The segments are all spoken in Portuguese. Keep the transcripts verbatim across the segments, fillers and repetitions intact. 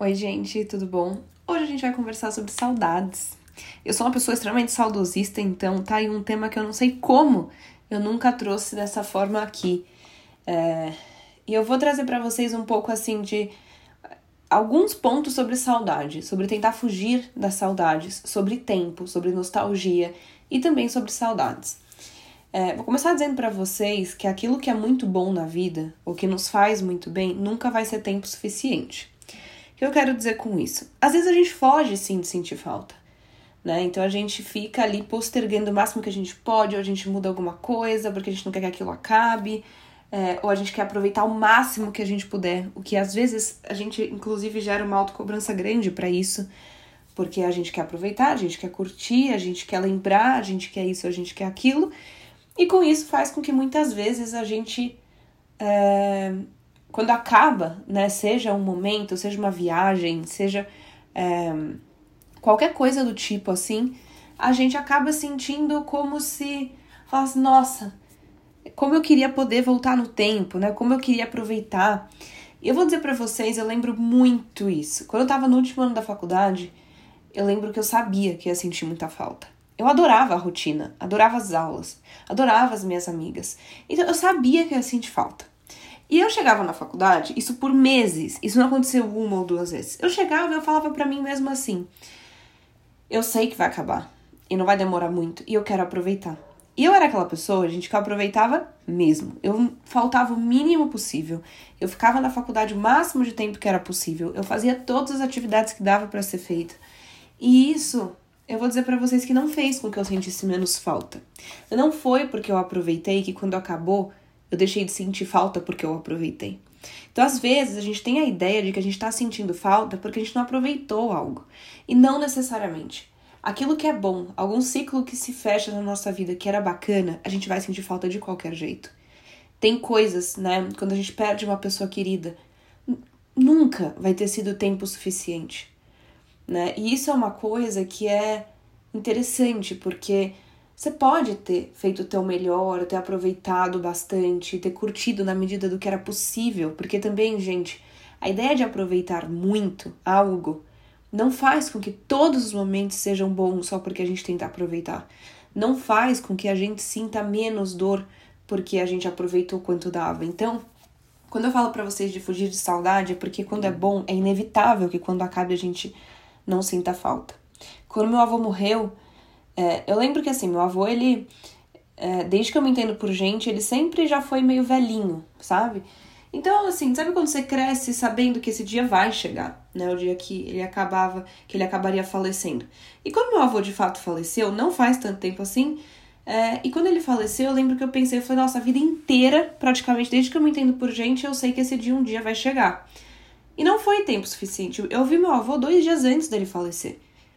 Oi, gente, tudo bom? Hoje a gente vai conversar sobre saudades. Eu sou uma pessoa extremamente saudosista, então tá aí um tema que eu não sei como eu nunca trouxe dessa forma aqui. É... E eu vou trazer pra vocês um pouco, assim, de alguns pontos sobre saudade, sobre tentar fugir das saudades, sobre tempo, sobre nostalgia e também sobre saudades. É, vou começar dizendo pra vocês que aquilo que é muito bom na vida, ou que nos faz muito bem, nunca vai ser tempo suficiente. O que eu quero dizer com isso? Às vezes a gente foge, sim, de sentir falta, né? Então a gente fica ali postergando o máximo que a gente pode, ou a gente muda alguma coisa porque a gente não quer que aquilo acabe, é, ou a gente quer aproveitar o máximo que a gente puder, o que às vezes a gente, inclusive, gera uma autocobrança grande pra isso, porque a gente quer aproveitar, a gente quer curtir, a gente quer lembrar, a gente quer isso, a gente quer aquilo, e com isso faz com que muitas vezes a gente... É, quando acaba, né, seja um momento, seja uma viagem, seja é, qualquer coisa do tipo assim, a gente acaba sentindo como se falasse, nossa, como eu queria poder voltar no tempo, né, como eu queria aproveitar. E eu vou dizer pra vocês, eu lembro muito isso. Quando eu tava no último ano da faculdade, eu lembro que eu sabia que ia sentir muita falta. Eu adorava a rotina, adorava as aulas, adorava as minhas amigas. Então eu sabia que eu ia sentir falta. E eu chegava na faculdade, isso por meses, isso não aconteceu uma ou duas vezes. Eu chegava e eu falava pra mim mesmo assim, eu sei que vai acabar, e não vai demorar muito, e eu quero aproveitar. E eu era aquela pessoa, gente, que eu aproveitava mesmo. Eu faltava o mínimo possível, eu ficava na faculdade o máximo de tempo que era possível, eu fazia todas as atividades que dava pra ser feita. E isso, eu vou dizer pra vocês que não fez com que eu sentisse menos falta. Não foi porque eu aproveitei que quando acabou, eu deixei de sentir falta porque eu aproveitei. Então, às vezes, a gente tem a ideia de que a gente está sentindo falta porque a gente não aproveitou algo. E não necessariamente. Aquilo que é bom, algum ciclo que se fecha na nossa vida que era bacana, a gente vai sentir falta de qualquer jeito. Tem coisas, né? Quando a gente perde uma pessoa querida, nunca vai ter sido tempo suficiente, né? E isso é uma coisa que é interessante, porque... você pode ter feito o teu melhor, ter aproveitado bastante, ter curtido na medida do que era possível, porque também, gente, a ideia de aproveitar muito algo não faz com que todos os momentos sejam bons só porque a gente tenta aproveitar. Não faz com que a gente sinta menos dor porque a gente aproveitou quanto dava. Então, quando eu falo pra vocês de fugir de saudade, é porque quando é bom, é inevitável que quando acabe a gente não sinta falta. Quando meu avô morreu, É, eu lembro que, assim, meu avô, ele, é, desde que eu me entendo por gente, ele sempre já foi meio velhinho, sabe? Então, assim, sabe quando você cresce sabendo que esse dia vai chegar, né? O dia que ele acabava, que ele acabaria falecendo. E quando meu avô, de fato, faleceu, não faz tanto tempo assim, é, e quando ele faleceu, eu lembro que eu pensei, eu falei, nossa, a vida inteira, praticamente, desde que eu me entendo por gente, eu sei que esse dia um dia vai chegar. E não foi tempo suficiente. Eu vi meu avô dois dias antes dele falecer.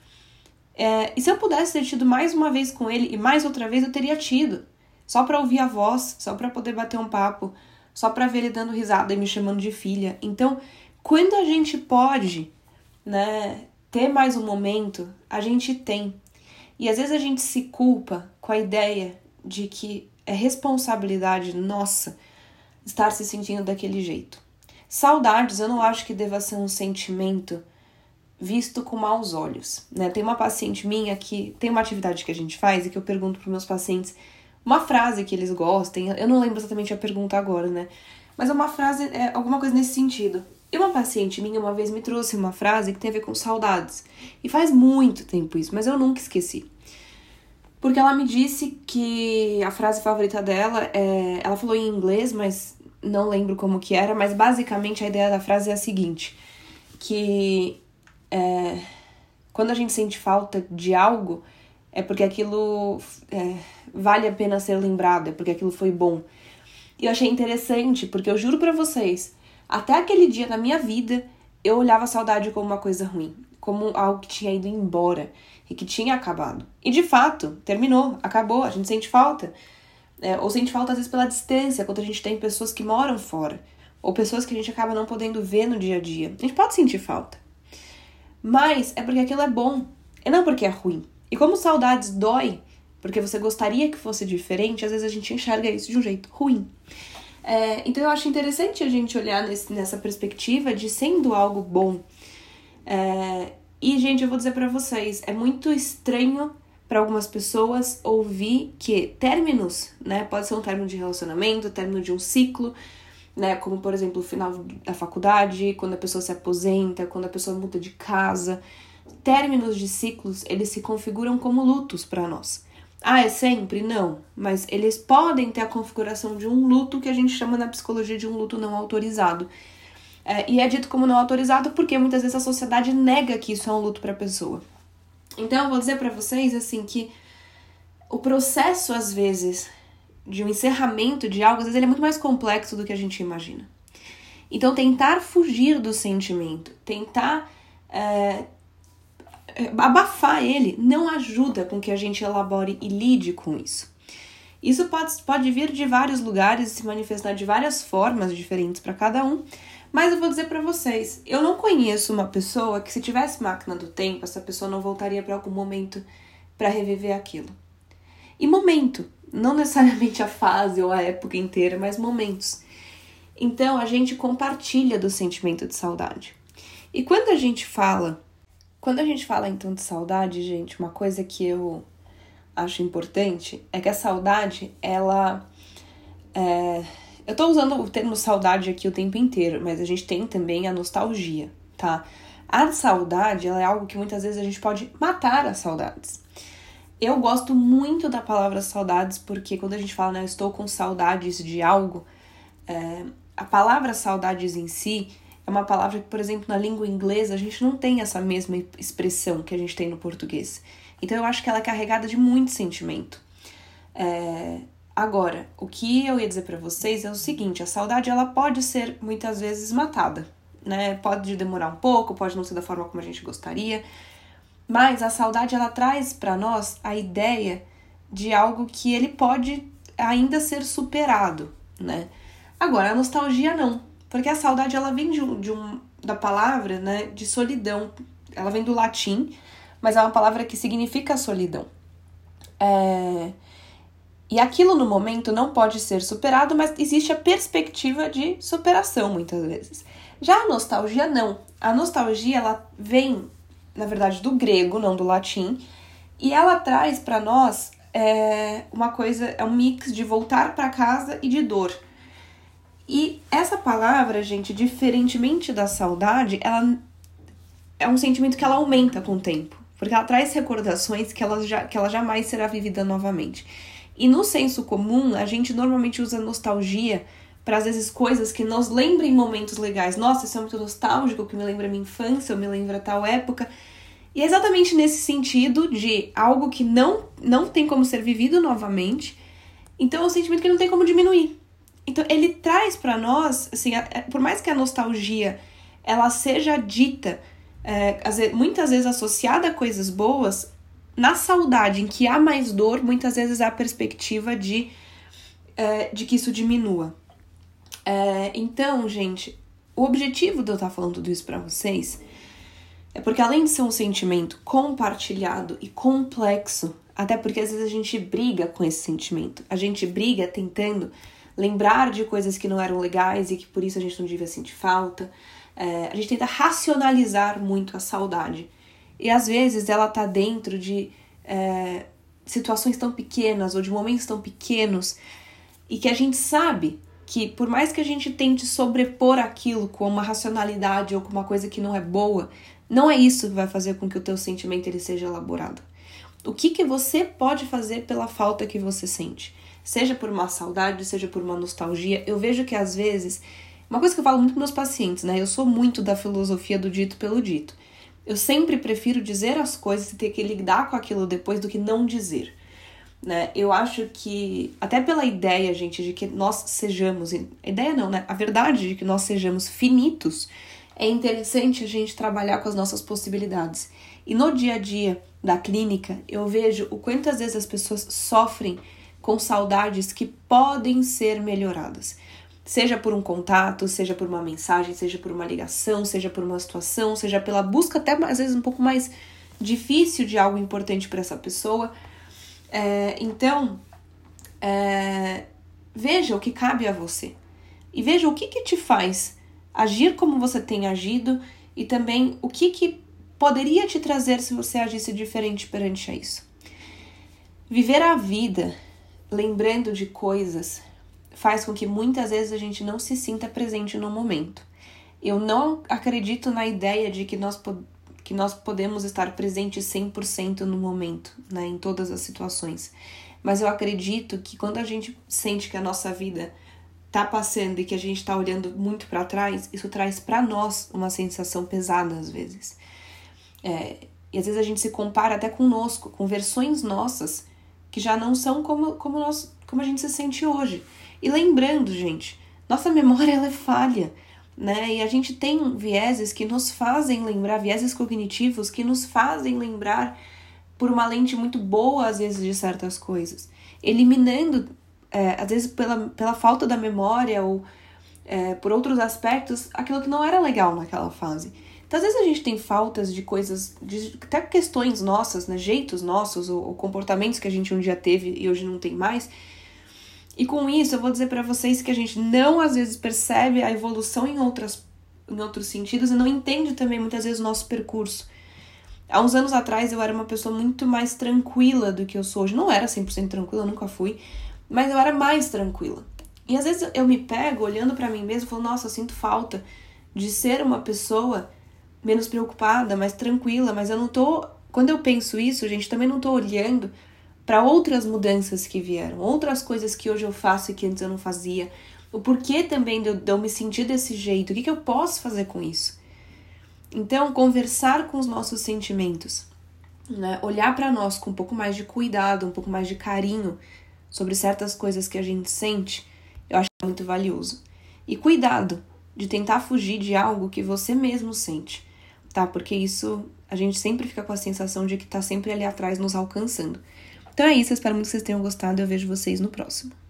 É, e se eu pudesse ter tido mais uma vez com ele e mais outra vez, eu teria tido. Só pra ouvir a voz, só pra poder bater um papo, só pra ver ele dando risada e me chamando de filha. Então, quando a gente pode, né, ter mais um momento, a gente tem. E às vezes a gente se culpa com a ideia de que é responsabilidade nossa estar se sentindo daquele jeito. Saudades, eu não acho que deva ser um sentimento visto com maus olhos, né? Tem uma paciente minha que tem uma atividade que a gente faz e que eu pergunto para meus pacientes uma frase que eles gostem. Eu não lembro exatamente a pergunta agora, né? Mas é uma frase, é alguma coisa nesse sentido. E uma paciente minha uma vez me trouxe uma frase que tem a ver com saudades. E faz muito tempo isso, mas eu nunca esqueci. Porque ela me disse que a frase favorita dela é... ela falou em inglês, mas não lembro como que era, mas basicamente a ideia da frase é a seguinte, que... É, quando a gente sente falta de algo, é porque aquilo é, vale a pena ser lembrado, é porque aquilo foi bom. E eu achei interessante, porque eu juro pra vocês, até aquele dia na minha vida, eu olhava a saudade como uma coisa ruim, como algo que tinha ido embora e que tinha acabado. E de fato, terminou, acabou, a gente sente falta. É, ou sente falta às vezes pela distância, quando a gente tem pessoas que moram fora, ou pessoas que a gente acaba não podendo ver no dia a dia. A gente pode sentir falta. Mas é porque aquilo é bom, e não porque é ruim. E como saudades dói, porque você gostaria que fosse diferente, às vezes a gente enxerga isso de um jeito ruim. É, então eu acho interessante a gente olhar nesse, nessa perspectiva de sendo algo bom. É, e, gente, eu vou dizer pra vocês, é muito estranho para algumas pessoas ouvir que términos, né, pode ser um término de relacionamento, término de um ciclo, né, como, por exemplo, o final da faculdade, quando a pessoa se aposenta, quando a pessoa muda de casa. Términos de ciclos, eles se configuram como lutos para nós. Ah, é sempre? Não. Mas eles podem ter a configuração de um luto que a gente chama na psicologia de um luto não autorizado. É, e é dito como não autorizado porque muitas vezes a sociedade nega que isso é um luto para a pessoa. Então eu vou dizer para vocês assim que o processo, às vezes, de um encerramento de algo, às vezes ele é muito mais complexo do que a gente imagina. Então tentar fugir do sentimento, tentar é, abafar ele, não ajuda com que a gente elabore e lide com isso. Isso pode, pode vir de vários lugares, se manifestar de várias formas diferentes para cada um, mas eu vou dizer para vocês, eu não conheço uma pessoa que se tivesse máquina do tempo, essa pessoa não voltaria para algum momento para reviver aquilo. E momento, não necessariamente a fase ou a época inteira, mas momentos. Então a gente compartilha do sentimento de saudade. E quando a gente fala, quando a gente fala então de saudade, gente, uma coisa que eu acho importante é que a saudade, ela é... eu tô usando o termo saudade aqui o tempo inteiro, mas a gente tem também a nostalgia, tá? A saudade, ela é algo que muitas vezes a gente pode matar as saudades. Eu gosto muito da palavra saudades porque quando a gente fala, né, eu estou com saudades de algo, é, a palavra saudades em si é uma palavra que, por exemplo, na língua inglesa a gente não tem essa mesma expressão que a gente tem no português. Então eu acho que ela é carregada de muito sentimento. É... Agora, o que eu ia dizer pra vocês é o seguinte, a saudade ela pode ser muitas vezes matada, né? Pode demorar um pouco, pode não ser da forma como a gente gostaria, mas a saudade ela traz pra nós a ideia de algo que ele pode ainda ser superado, né? Agora, a nostalgia não, porque a saudade ela vem de um, de um, da palavra, né, de solidão, ela vem do latim, mas é uma palavra que significa solidão. É... E aquilo no momento não pode ser superado, mas existe a perspectiva de superação muitas vezes. Já a nostalgia não. A nostalgia ela vem, na verdade, do grego, não do latim, e ela traz para nós é, uma coisa, é um mix de voltar para casa e de dor. E essa palavra, gente, diferentemente da saudade, ela é um sentimento que ela aumenta com o tempo, porque ela traz recordações que ela, já, que ela jamais será vivida novamente. E no senso comum, a gente normalmente usa nostalgia para, às vezes, coisas que nos lembrem momentos legais. Nossa, isso é muito nostálgico, que me lembra a minha infância, ou me lembra tal época. E é exatamente nesse sentido de algo que não, não tem como ser vivido novamente. Então, é um sentimento que não tem como diminuir. Então, ele traz para nós, assim, por mais que a nostalgia ela seja dita, é, muitas vezes associada a coisas boas, na saudade, em que há mais dor, muitas vezes há a perspectiva de, é, de que isso diminua. É, então, gente, o objetivo de eu estar falando tudo isso pra vocês é porque além de ser um sentimento compartilhado e complexo, até porque às vezes a gente briga com esse sentimento, a gente briga tentando lembrar de coisas que não eram legais e que por isso a gente não devia sentir falta, é, a gente tenta racionalizar muito a saudade. E às vezes ela tá dentro de é, situações tão pequenas ou de momentos tão pequenos e que a gente sabe que por mais que a gente tente sobrepor aquilo com uma racionalidade ou com uma coisa que não é boa, não é isso que vai fazer com que o teu sentimento ele seja elaborado. O que, que você pode fazer pela falta que você sente? Seja por uma saudade, seja por uma nostalgia. Eu vejo que às vezes, uma coisa que eu falo muito com meus pacientes, né? Eu sou muito da filosofia do dito pelo dito. Eu sempre prefiro dizer as coisas e ter que lidar com aquilo depois do que não dizer, né? Eu acho que, até pela ideia, gente, de que nós sejamos... A ideia não, né? A verdade de que nós sejamos finitos, é interessante a gente trabalhar com as nossas possibilidades. E no dia a dia da clínica, eu vejo o quantas vezes as pessoas sofrem com saudades que podem ser melhoradas. Seja por um contato, seja por uma mensagem, seja por uma ligação, seja por uma situação, seja pela busca até às vezes um pouco mais difícil de algo importante para essa pessoa. É, então, é, veja o que cabe a você. E veja o que, que te faz agir como você tem agido e também o que, que poderia te trazer se você agisse diferente perante a isso. Viver a vida lembrando de coisas faz com que muitas vezes a gente não se sinta presente no momento. Eu não acredito na ideia de que nós, que nós podemos estar presentes cem por cento no momento, né, em todas as situações. Mas eu acredito que quando a gente sente que a nossa vida tá passando e que a gente tá olhando muito para trás, isso traz para nós uma sensação pesada às vezes. É, e às vezes a gente se compara até conosco, com versões nossas que já não são como, como, nós, como a gente se sente hoje. E lembrando, gente, nossa memória ela é falha, né? E a gente tem vieses que nos fazem lembrar, vieses cognitivos que nos fazem lembrar por uma lente muito boa, às vezes, de certas coisas. Eliminando, é, às vezes, pela, pela falta da memória ou é, por outros aspectos, aquilo que não era legal naquela fase. Então, às vezes a gente tem faltas de coisas, de, até questões nossas, né, jeitos nossos, ou, ou comportamentos que a gente um dia teve e hoje não tem mais. E com isso, eu vou dizer pra vocês que a gente não, às vezes, percebe a evolução em, outras, em outros sentidos e não entende também, muitas vezes, o nosso percurso. Há uns anos atrás, eu era uma pessoa muito mais tranquila do que eu sou hoje. Não era cem por cento tranquila, eu nunca fui, mas eu era mais tranquila. E às vezes eu me pego olhando pra mim mesma e falo, nossa, eu sinto falta de ser uma pessoa menos preocupada, mais tranquila, mas eu não tô... Quando eu penso isso, gente, também não tô olhando para outras mudanças que vieram, outras coisas que hoje eu faço e que antes eu não fazia, o porquê também de eu, de eu me sentir desse jeito, o que, que eu posso fazer com isso? Então, conversar com os nossos sentimentos, né? Olhar para nós com um pouco mais de cuidado, um pouco mais de carinho sobre certas coisas que a gente sente, eu acho muito valioso. E cuidado de tentar fugir de algo que você mesmo sente, tá? Porque isso, a gente sempre fica com a sensação de que tá sempre ali atrás nos alcançando. Então é isso, eu espero muito que vocês tenham gostado e eu vejo vocês no próximo.